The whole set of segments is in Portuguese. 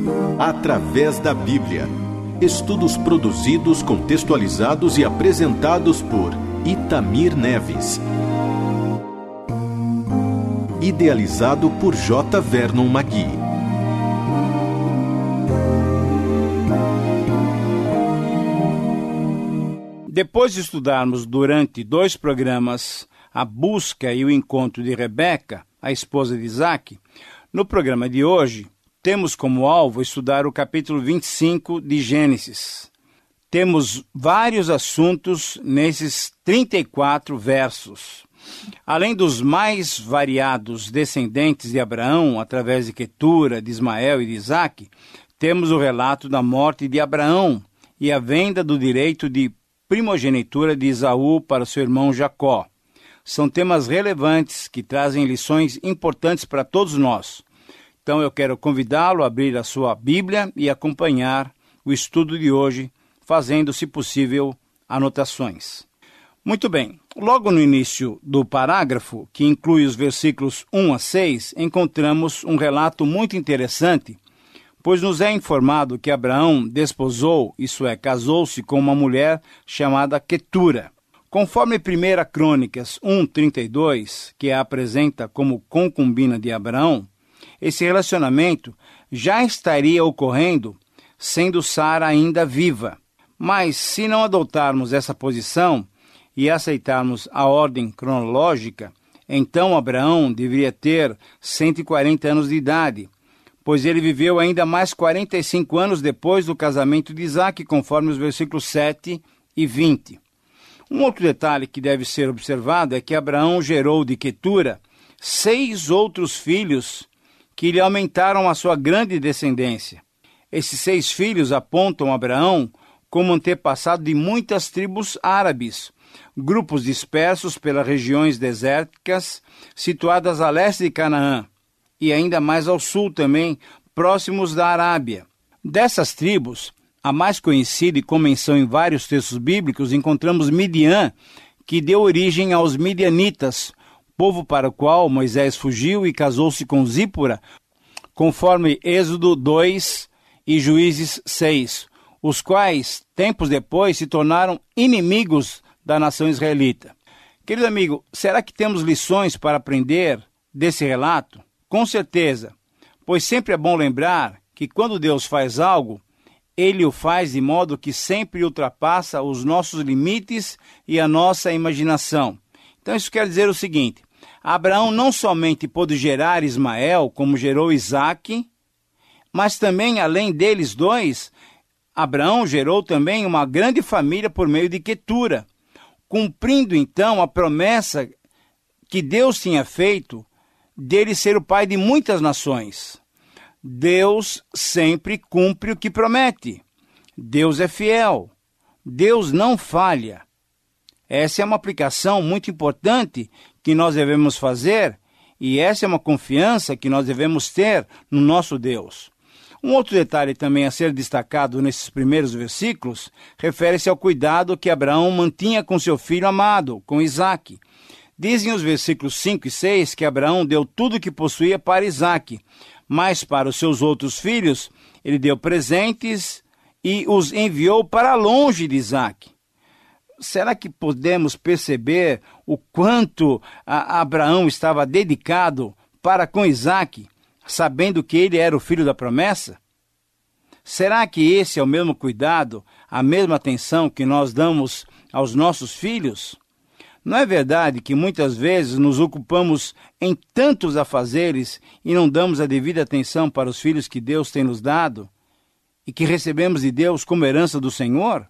Através da Bíblia. Estudos produzidos, contextualizados e apresentados por Itamir Neves. Idealizado por J. Vernon Magui. Depois de estudarmos durante 2 programas a busca e o encontro de Rebeca, a esposa de Isaque, no programa de hoje temos como alvo estudar o capítulo 25 de Gênesis. Temos vários assuntos nesses 34 versos. Além dos mais variados descendentes de Abraão, através de Quetura, de Ismael e de Isaque, temos o relato da morte de Abraão e a venda do direito de primogenitura de Esaú para seu irmão Jacó. São temas relevantes que trazem lições importantes para todos nós. Então eu quero convidá-lo a abrir a sua Bíblia e acompanhar o estudo de hoje, fazendo, se possível, anotações. Muito bem, logo no início do parágrafo, que inclui os versículos 1 a 6, encontramos um relato muito interessante, pois nos é informado que Abraão desposou, isso é, casou-se com uma mulher chamada Quetura. Conforme 1 Crônicas 1:32, que a apresenta como concubina de Abraão, esse relacionamento já estaria ocorrendo, sendo Sara ainda viva. Mas, se não adotarmos essa posição e aceitarmos a ordem cronológica, então Abraão deveria ter 140 anos de idade, pois ele viveu ainda mais 45 anos depois do casamento de Isaque, conforme os versículos 7 e 20. Um outro detalhe que deve ser observado é que Abraão gerou de Quetura 6 outros filhos que lhe aumentaram a sua grande descendência. Esses 6 filhos apontam Abraão como antepassado de muitas tribos árabes, grupos dispersos pelas regiões desérticas situadas a leste de Canaã, e ainda mais ao sul também, próximos da Arábia. Dessas tribos, a mais conhecida e com menção em vários textos bíblicos, encontramos Midian, que deu origem aos midianitas, povo para o qual Moisés fugiu e casou-se com Zípora, conforme Êxodo 2 e Juízes 6, os quais, tempos depois, se tornaram inimigos da nação israelita. Querido amigo, será que temos lições para aprender desse relato? Com certeza, pois sempre é bom lembrar que quando Deus faz algo, Ele o faz de modo que sempre ultrapassa os nossos limites e a nossa imaginação. Então isso quer dizer o seguinte: Abraão não somente pôde gerar Ismael, como gerou Isaque, mas também, além deles dois, Abraão gerou também uma grande família por meio de Quetura, cumprindo então a promessa que Deus tinha feito dele ser o pai de muitas nações. Deus sempre cumpre o que promete. Deus é fiel. Deus não falha. Essa é uma aplicação muito importante que nós devemos fazer, e essa é uma confiança que nós devemos ter no nosso Deus. Um outro detalhe também a ser destacado nesses primeiros versículos refere-se ao cuidado que Abraão mantinha com seu filho amado, com Isaque. Dizem os versículos 5 e 6 que Abraão deu tudo o que possuía para Isaque, mas para os seus outros filhos ele deu presentes e os enviou para longe de Isaque. Será que podemos perceber o quanto Abraão estava dedicado para com Isaque, sabendo que ele era o filho da promessa? Será que esse é o mesmo cuidado, a mesma atenção que nós damos aos nossos filhos? Não é verdade que muitas vezes nos ocupamos em tantos afazeres e não damos a devida atenção para os filhos que Deus tem nos dado e que recebemos de Deus como herança do Senhor?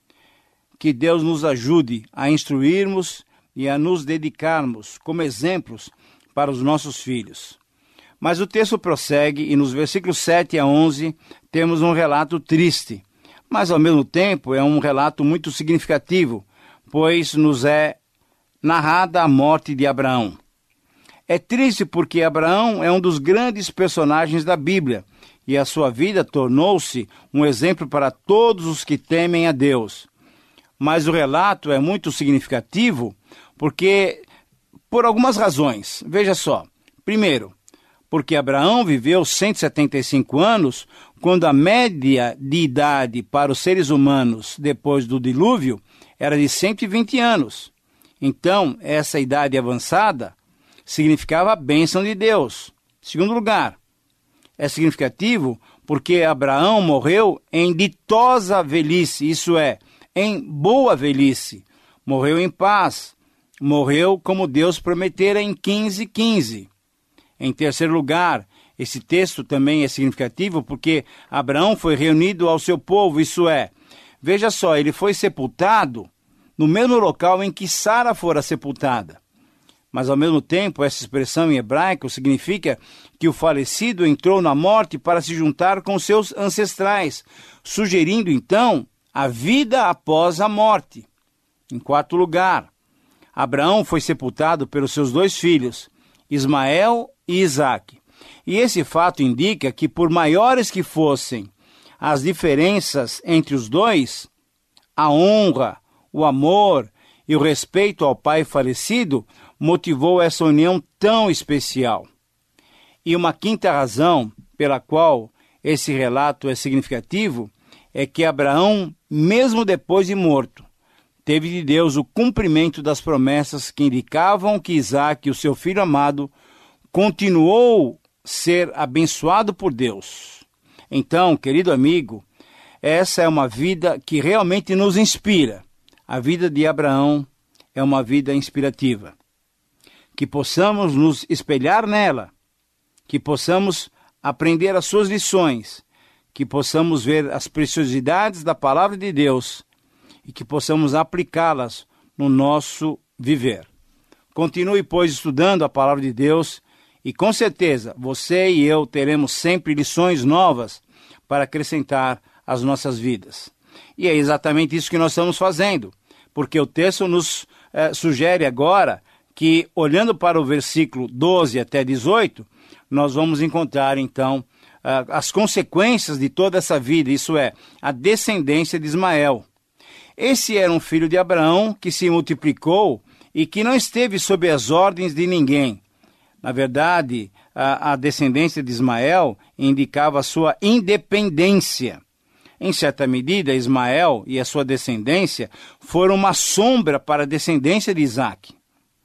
Que Deus nos ajude a instruirmos e a nos dedicarmos como exemplos para os nossos filhos. Mas o texto prossegue e nos versículos 7 a 11 temos um relato triste, mas ao mesmo tempo é um relato muito significativo, pois nos é narrada a morte de Abraão. É triste porque Abraão é um dos grandes personagens da Bíblia e a sua vida tornou-se um exemplo para todos os que temem a Deus. Mas o relato é muito significativo por algumas razões. Veja só. Primeiro, porque Abraão viveu 175 anos, quando a média de idade para os seres humanos depois do dilúvio era de 120 anos. Então, essa idade avançada significava a bênção de Deus. Segundo lugar, é significativo porque Abraão morreu em ditosa velhice, isso é, em boa velhice. Morreu em paz, morreu como Deus prometera em 15:15. Em terceiro lugar, esse texto também é significativo porque Abraão foi reunido ao seu povo, isso é, veja só, ele foi sepultado no mesmo local em que Sara fora sepultada. Mas, ao mesmo tempo, essa expressão em hebraico significa que o falecido entrou na morte para se juntar com seus ancestrais, sugerindo, então, a vida após a morte. Em quarto lugar, Abraão foi sepultado pelos seus 2 filhos, Ismael e Isaque. E esse fato indica que, por maiores que fossem as diferenças entre os dois, a honra, o amor e o respeito ao pai falecido motivou essa união tão especial. E uma quinta razão pela qual esse relato é significativo é que Abraão, mesmo depois de morto, teve de Deus o cumprimento das promessas que indicavam que Isaque, o seu filho amado, continuou ser abençoado por Deus. Então, querido amigo, essa é uma vida que realmente nos inspira. A vida de Abraão é uma vida inspirativa. Que possamos nos espelhar nela, que possamos aprender as suas lições, que possamos ver as preciosidades da palavra de Deus e que possamos aplicá-las no nosso viver. Continue, pois, estudando a palavra de Deus e, com certeza, você e eu teremos sempre lições novas para acrescentar às nossas vidas. E é exatamente isso que nós estamos fazendo, porque o texto nos sugere agora que, olhando para o versículo 12 até 18, nós vamos encontrar, então, as consequências de toda essa vida, isso é, a descendência de Ismael. Esse era um filho de Abraão que se multiplicou e que não esteve sob as ordens de ninguém. Na verdade, a descendência de Ismael indicava a sua independência. Em certa medida, Ismael e a sua descendência foram uma sombra para a descendência de Isaque.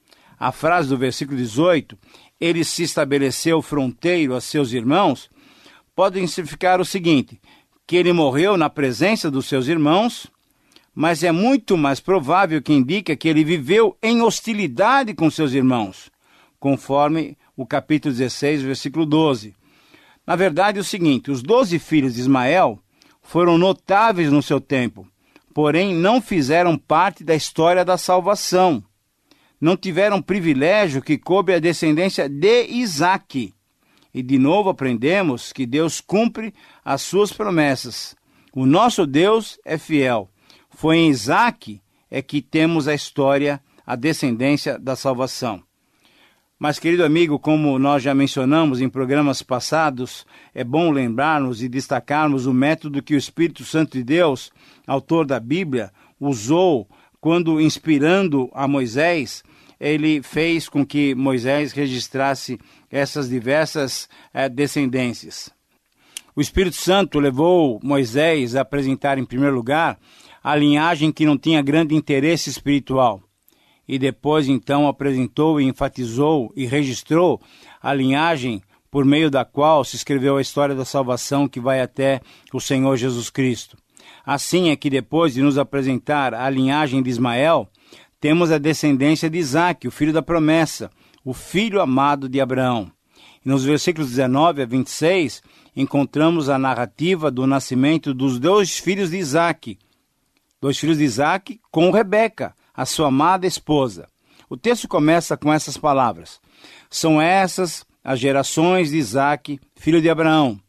A frase do versículo 18, ele se estabeleceu fronteiro a seus irmãos, pode significar o seguinte, que ele morreu na presença dos seus irmãos, mas é muito mais provável que indica que ele viveu em hostilidade com seus irmãos, conforme o capítulo 16, versículo 12. Na verdade, é o seguinte, os 12 filhos de Ismael foram notáveis no seu tempo, porém não fizeram parte da história da salvação. Não tiveram privilégio que coube à descendência de Isaque. E de novo aprendemos que Deus cumpre as suas promessas. O nosso Deus é fiel. Foi em Isaque é que temos a história, a descendência da salvação. Mas, querido amigo, como nós já mencionamos em programas passados, é bom lembrarmos e destacarmos o método que o Espírito Santo de Deus, autor da Bíblia, usou quando, inspirando a Moisés, ele fez com que Moisés registrasse essas diversas descendências. O Espírito Santo levou Moisés a apresentar, em primeiro lugar, a linhagem que não tinha grande interesse espiritual. E depois, então, apresentou e enfatizou e registrou a linhagem por meio da qual se escreveu a história da salvação que vai até o Senhor Jesus Cristo. Assim é que depois de nos apresentar a linhagem de Ismael, temos a descendência de Isaque, o filho da promessa, o filho amado de Abraão. E nos versículos 19 a 26, encontramos a narrativa do nascimento dos 2 filhos de Isaque. 2 filhos de Isaque com Rebeca, a sua amada esposa. O texto começa com essas palavras. São essas as gerações de Isaque, filho de Abraão.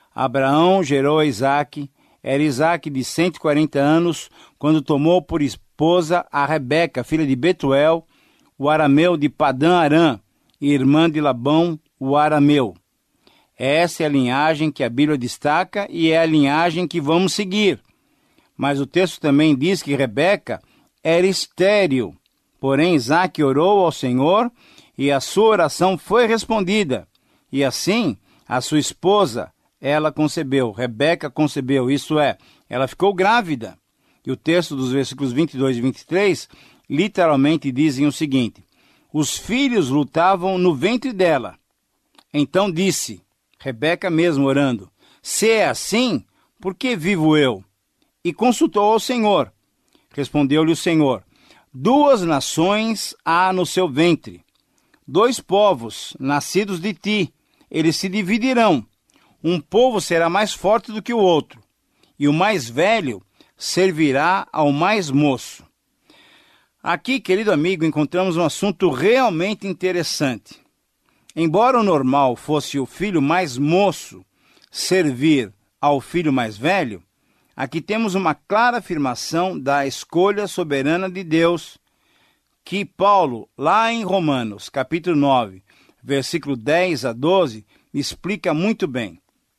Abraão gerou a Isaque. Era Isaque de 140 anos, quando tomou por esposa a Rebeca, filha de Betuel, o arameu de Padã Arã, e irmã de Labão, o arameu. Essa é a linhagem que a Bíblia destaca e é a linhagem que vamos seguir. Mas o texto também diz que Rebeca era estéril. Porém, Isaque orou ao Senhor e a sua oração foi respondida. E assim, a sua esposa, ela concebeu, Rebeca concebeu, isto é, ela ficou grávida. E o texto dos versículos 22 e 23 literalmente dizem o seguinte: os filhos lutavam no ventre dela. Então disse, Rebeca mesmo orando, se é assim, por que vivo eu? E consultou ao Senhor. Respondeu-lhe o Senhor, 2 nações há no seu ventre, 2 povos nascidos de ti, eles se dividirão. Um povo será mais forte do que o outro, e o mais velho servirá ao mais moço. Aqui, querido amigo, encontramos um assunto realmente interessante. Embora o normal fosse o filho mais moço servir ao filho mais velho, aqui temos uma clara afirmação da escolha soberana de Deus, que Paulo, lá em Romanos, capítulo 9, versículo 10 a 12, explica muito bem.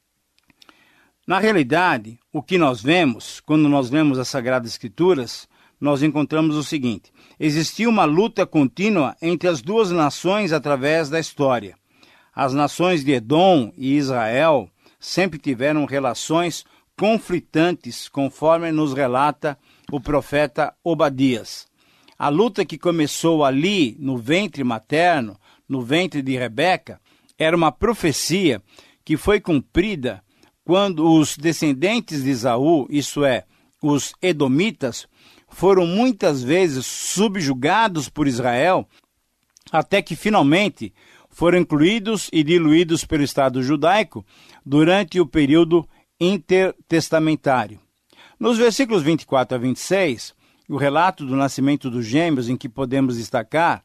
Na realidade, o que nós vemos, quando nós lemos as Sagradas Escrituras, nós encontramos o seguinte: existia uma luta contínua entre as 2 nações através da história. As nações de Edom e Israel sempre tiveram relações conflitantes, conforme nos relata o profeta Obadias. A luta que começou ali, no ventre materno, no ventre de Rebeca, era uma profecia que foi cumprida quando os descendentes de Esaú, isso é, os edomitas, foram muitas vezes subjugados por Israel, até que finalmente foram incluídos e diluídos pelo Estado judaico durante o período intertestamentário. Nos versículos 24 a 26, o relato do nascimento dos gêmeos, em que podemos destacar,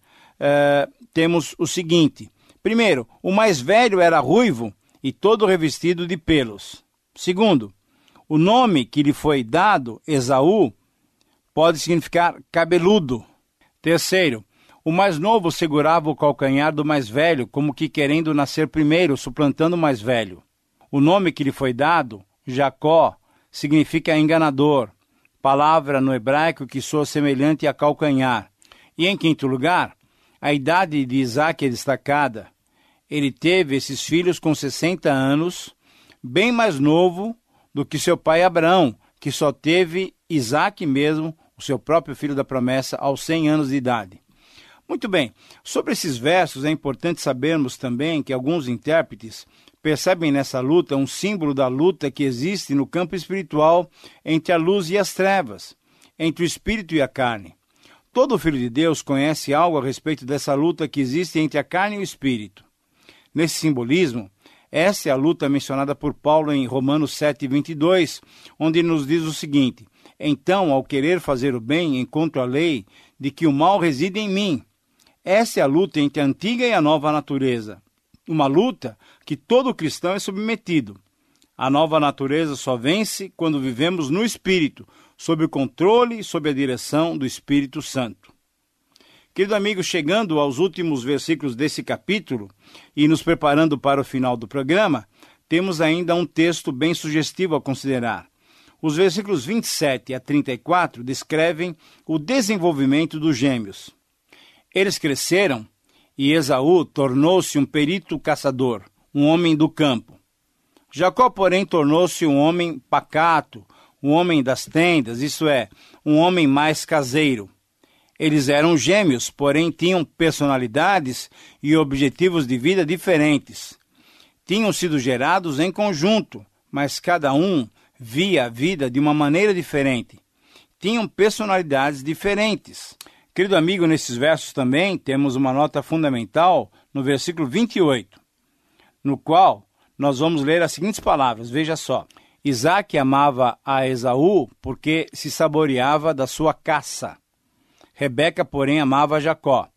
temos o seguinte: primeiro, o mais velho era ruivo e todo revestido de pelos. Segundo, o nome que lhe foi dado, Esaú, pode significar cabeludo. Terceiro, o mais novo segurava o calcanhar do mais velho, como que querendo nascer primeiro, suplantando o mais velho. O nome que lhe foi dado, Jacó, significa enganador, palavra no hebraico que soa semelhante a calcanhar. E em quinto lugar, a idade de Isaque é destacada. Ele teve esses filhos com 60 anos, bem mais novo do que seu pai Abraão, que só teve Isaque mesmo, o seu próprio filho da promessa, aos 100 anos de idade. Muito bem, sobre esses versos é importante sabermos também que alguns intérpretes percebem nessa luta um símbolo da luta que existe no campo espiritual entre a luz e as trevas, entre o espírito e a carne. Todo filho de Deus conhece algo a respeito dessa luta que existe entre a carne e o espírito. Nesse simbolismo, essa é a luta mencionada por Paulo em Romanos 7:22, onde nos diz o seguinte: então, ao querer fazer o bem, encontro a lei de que o mal reside em mim. Essa é a luta entre a antiga e a nova natureza. Uma luta que todo cristão é submetido. A nova natureza só vence quando vivemos no Espírito, sob o controle e sob a direção do Espírito Santo. Querido amigo, chegando aos últimos versículos desse capítulo e nos preparando para o final do programa, temos ainda um texto bem sugestivo a considerar. Os versículos 27 a 34 descrevem o desenvolvimento dos gêmeos. Eles cresceram e Esaú tornou-se um perito caçador, um homem do campo. Jacó, porém, tornou-se um homem pacato, um homem das tendas, isso é, um homem mais caseiro. Eles eram gêmeos, porém tinham personalidades e objetivos de vida diferentes. Tinham sido gerados em conjunto, mas cada um via a vida de uma maneira diferente. Tinham personalidades diferentes. Querido amigo, nesses versos também temos uma nota fundamental no versículo 28, no qual nós vamos ler as seguintes palavras, veja só. Isaque amava a Esaú porque se saboreava da sua caça. Rebeca, porém, amava Jacó.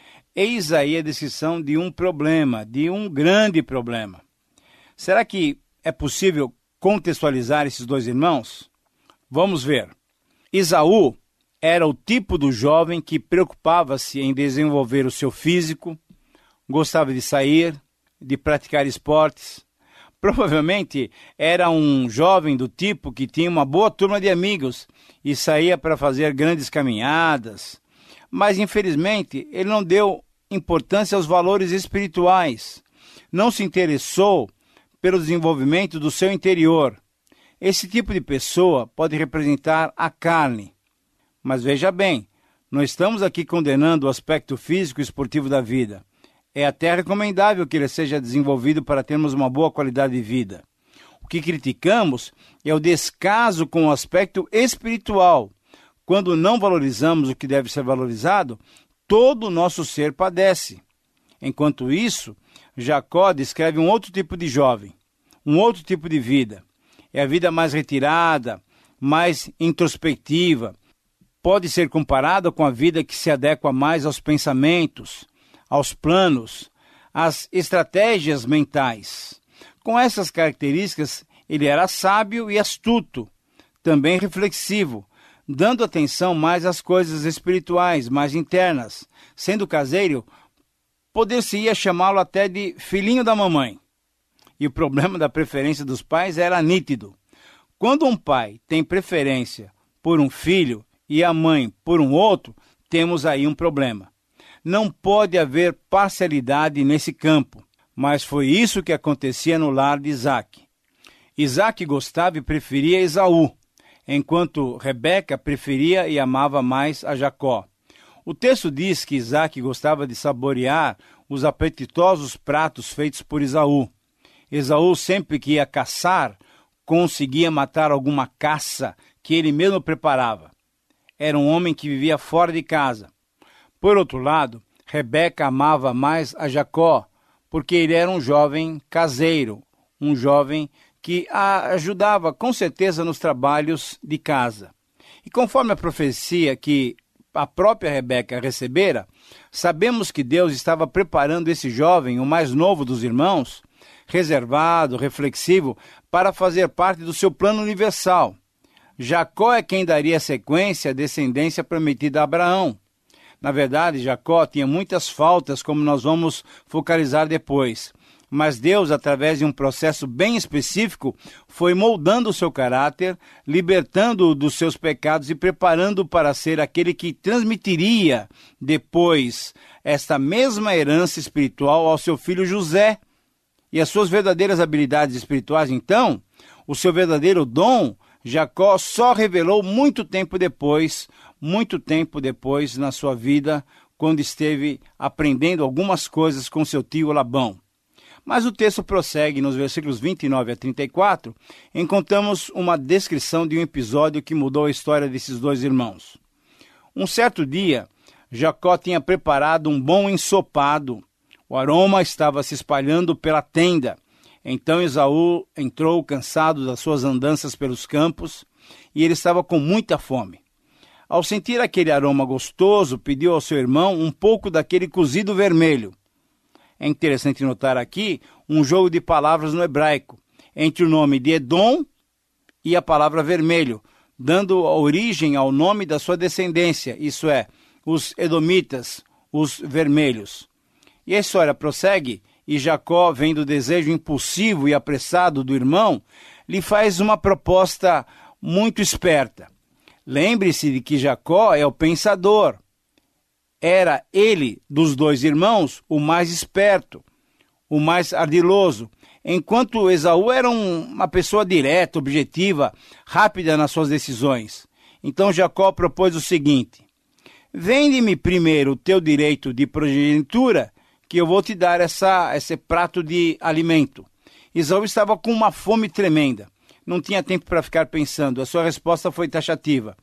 Eis aí a descrição de um problema, de um grande problema. Será que é possível contextualizar esses dois irmãos? Vamos ver. Esaú era o tipo do jovem que preocupava-se em desenvolver o seu físico, gostava de sair, de praticar esportes. Provavelmente era um jovem do tipo que tinha uma boa turma de amigos e saía para fazer grandes caminhadas. Mas, infelizmente, ele não deu importância aos valores espirituais. não se interessou pelo desenvolvimento do seu interior. Esse tipo de pessoa pode representar a carne. Mas veja bem, não estamos aqui condenando o aspecto físico e esportivo da vida. É até recomendável que ele seja desenvolvido para termos uma boa qualidade de vida. O que criticamos é o descaso com o aspecto espiritual. Quando não valorizamos o que deve ser valorizado, todo o nosso ser padece. Enquanto isso, Jacó descreve um outro tipo de jovem, um outro tipo de vida. É a vida mais retirada, mais introspectiva. Pode ser comparada com a vida que se adequa mais aos pensamentos, aos planos, às estratégias mentais. Com essas características, ele era sábio e astuto, também reflexivo, dando atenção mais às coisas espirituais, mais internas. Sendo caseiro, poder-se-ia chamá-lo até de filhinho da mamãe. E o problema da preferência dos pais era nítido. Quando um pai tem preferência por um filho e a mãe por um outro, temos aí um problema. Não pode haver parcialidade nesse campo, mas foi isso que acontecia no lar de Isaque. Isaque gostava e preferia Esaú, enquanto Rebeca preferia e amava mais a Jacó. O texto diz que Isaque gostava de saborear os apetitosos pratos feitos por Esaú. Esaú, sempre que ia caçar, conseguia matar alguma caça que ele mesmo preparava. Era um homem que vivia fora de casa. Por outro lado, Rebeca amava mais a Jacó, porque ele era um jovem caseiro, um jovem que a ajudava com certeza nos trabalhos de casa. E conforme a profecia que a própria Rebeca recebera, sabemos que Deus estava preparando esse jovem, o mais novo dos irmãos, reservado, reflexivo, para fazer parte do seu plano universal. Jacó é quem daria sequência à descendência prometida a Abraão. Na verdade, Jacó tinha muitas faltas, como nós vamos focalizar depois. Mas Deus, através de um processo bem específico, foi moldando o seu caráter, libertando-o dos seus pecados e preparando-o para ser aquele que transmitiria depois esta mesma herança espiritual ao seu filho José. E as suas verdadeiras habilidades espirituais, então, o seu verdadeiro dom, Jacó só revelou muito tempo depois na sua vida, quando esteve aprendendo algumas coisas com seu tio Labão. Mas o texto prossegue nos versículos 29 a 34, encontramos uma descrição de um episódio que mudou a história desses dois irmãos. Um certo dia, Jacó tinha preparado um bom ensopado. O aroma estava se espalhando pela tenda. Então Esaú entrou cansado das suas andanças pelos campos e ele estava com muita fome. Ao sentir aquele aroma gostoso, pediu ao seu irmão um pouco daquele cozido vermelho. É interessante notar aqui um jogo de palavras no hebraico, entre o nome de Edom e a palavra vermelho, dando origem ao nome da sua descendência, isso é, os edomitas, os vermelhos. E a história prossegue, e Jacó, vendo o desejo impulsivo e apressado do irmão, lhe faz uma proposta muito esperta. Lembre-se de que Jacó é o pensador. Era ele, dos dois irmãos, o mais esperto, o mais ardiloso, enquanto Esaú era uma pessoa direta, objetiva, rápida nas suas decisões. Então Jacó propôs o seguinte: vende-me primeiro o teu direito de primogenitura, que eu vou te dar esse prato de alimento. Esaú estava com uma fome tremenda. Não tinha tempo para ficar pensando. A sua resposta foi taxativa.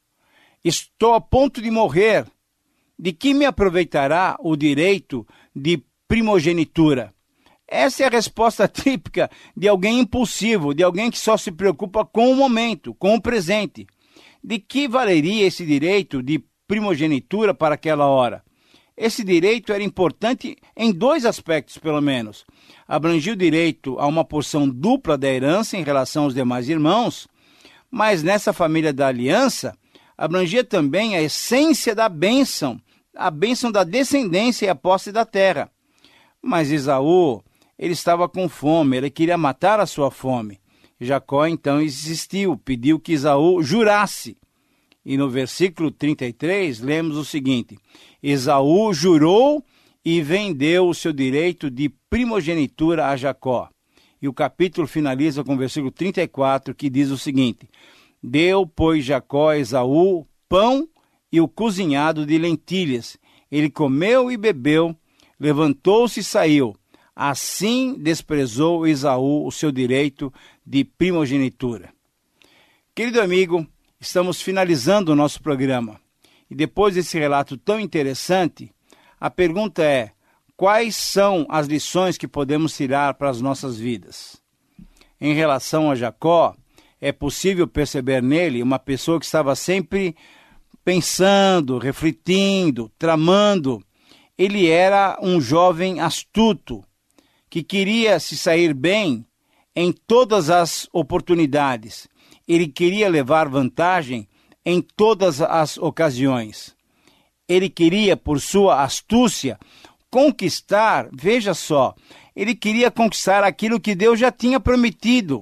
Estou a ponto de morrer. De que me aproveitará o direito de primogenitura? Essa é a resposta típica de alguém impulsivo, de alguém que só se preocupa com o momento, com o presente. De que valeria esse direito de primogenitura para aquela hora? Esse direito era importante em dois aspectos, pelo menos. Abrangia o direito a uma porção dupla da herança em relação aos demais irmãos, mas nessa família da aliança, abrangia também a essência da bênção, a bênção da descendência e a posse da terra. Mas Esaú, ele estava com fome, ele queria matar a sua fome. Jacó então insistiu, pediu que Esaú jurasse. E no versículo 33, lemos o seguinte: Esaú jurou e vendeu o seu direito de primogenitura a Jacó. E o capítulo finaliza com o versículo 34, que diz o seguinte: deu, pois, Jacó a Esaú pão e o cozinhado de lentilhas. Ele comeu e bebeu, levantou-se e saiu. Assim desprezou Esaú o seu direito de primogenitura. Querido amigo, estamos finalizando o nosso programa. E depois desse relato tão interessante, a pergunta é: quais são as lições que podemos tirar para as nossas vidas? Em relação a Jacó, é possível perceber nele uma pessoa que estava sempre pensando, refletindo, tramando. Ele era um jovem astuto, que queria se sair bem em todas as oportunidades. Ele queria levar vantagem em todas as ocasiões. Ele queria, por sua astúcia, conquistar, veja só, ele queria conquistar aquilo que Deus já tinha prometido.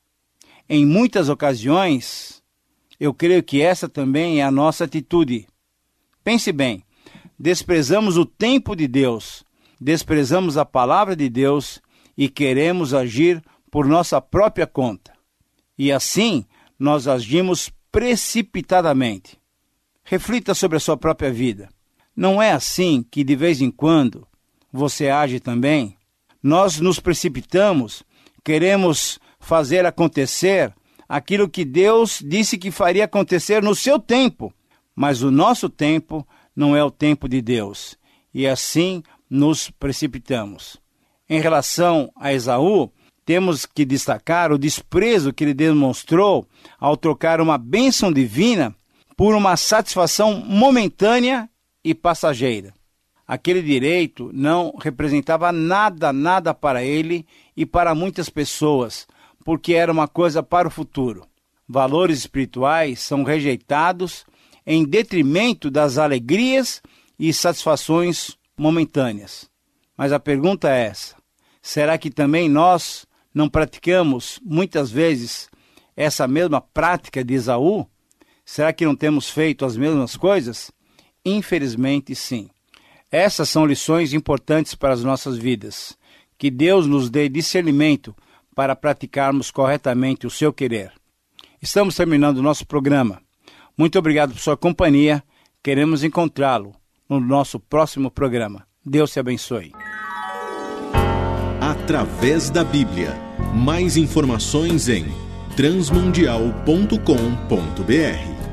Em muitas ocasiões, eu creio que essa também é a nossa atitude. Pense bem, desprezamos o tempo de Deus, desprezamos a palavra de Deus e queremos agir por nossa própria conta. E assim, nós agimos precipitadamente. Reflita sobre a sua própria vida. Não é assim que, de vez em quando, você age também? Nós nos precipitamos, queremos fazer acontecer aquilo que Deus disse que faria acontecer no seu tempo, mas o nosso tempo não é o tempo de Deus, e assim nos precipitamos. Em relação a Esaú, temos que destacar o desprezo que ele demonstrou ao trocar uma bênção divina por uma satisfação momentânea e passageira. Aquele direito não representava nada para ele e para muitas pessoas, porque era uma coisa para o futuro. Valores espirituais são rejeitados em detrimento das alegrias e satisfações momentâneas. Mas a pergunta é essa: será que também nós não praticamos muitas vezes essa mesma prática de Esaú? Será que não temos feito as mesmas coisas? Infelizmente, sim. Essas são lições importantes para as nossas vidas. Que Deus nos dê discernimento para praticarmos corretamente o seu querer. Estamos terminando o nosso programa. Muito obrigado por sua companhia. Queremos encontrá-lo no nosso próximo programa. Deus te abençoe. Através da Bíblia. Mais informações em transmundial.com.br.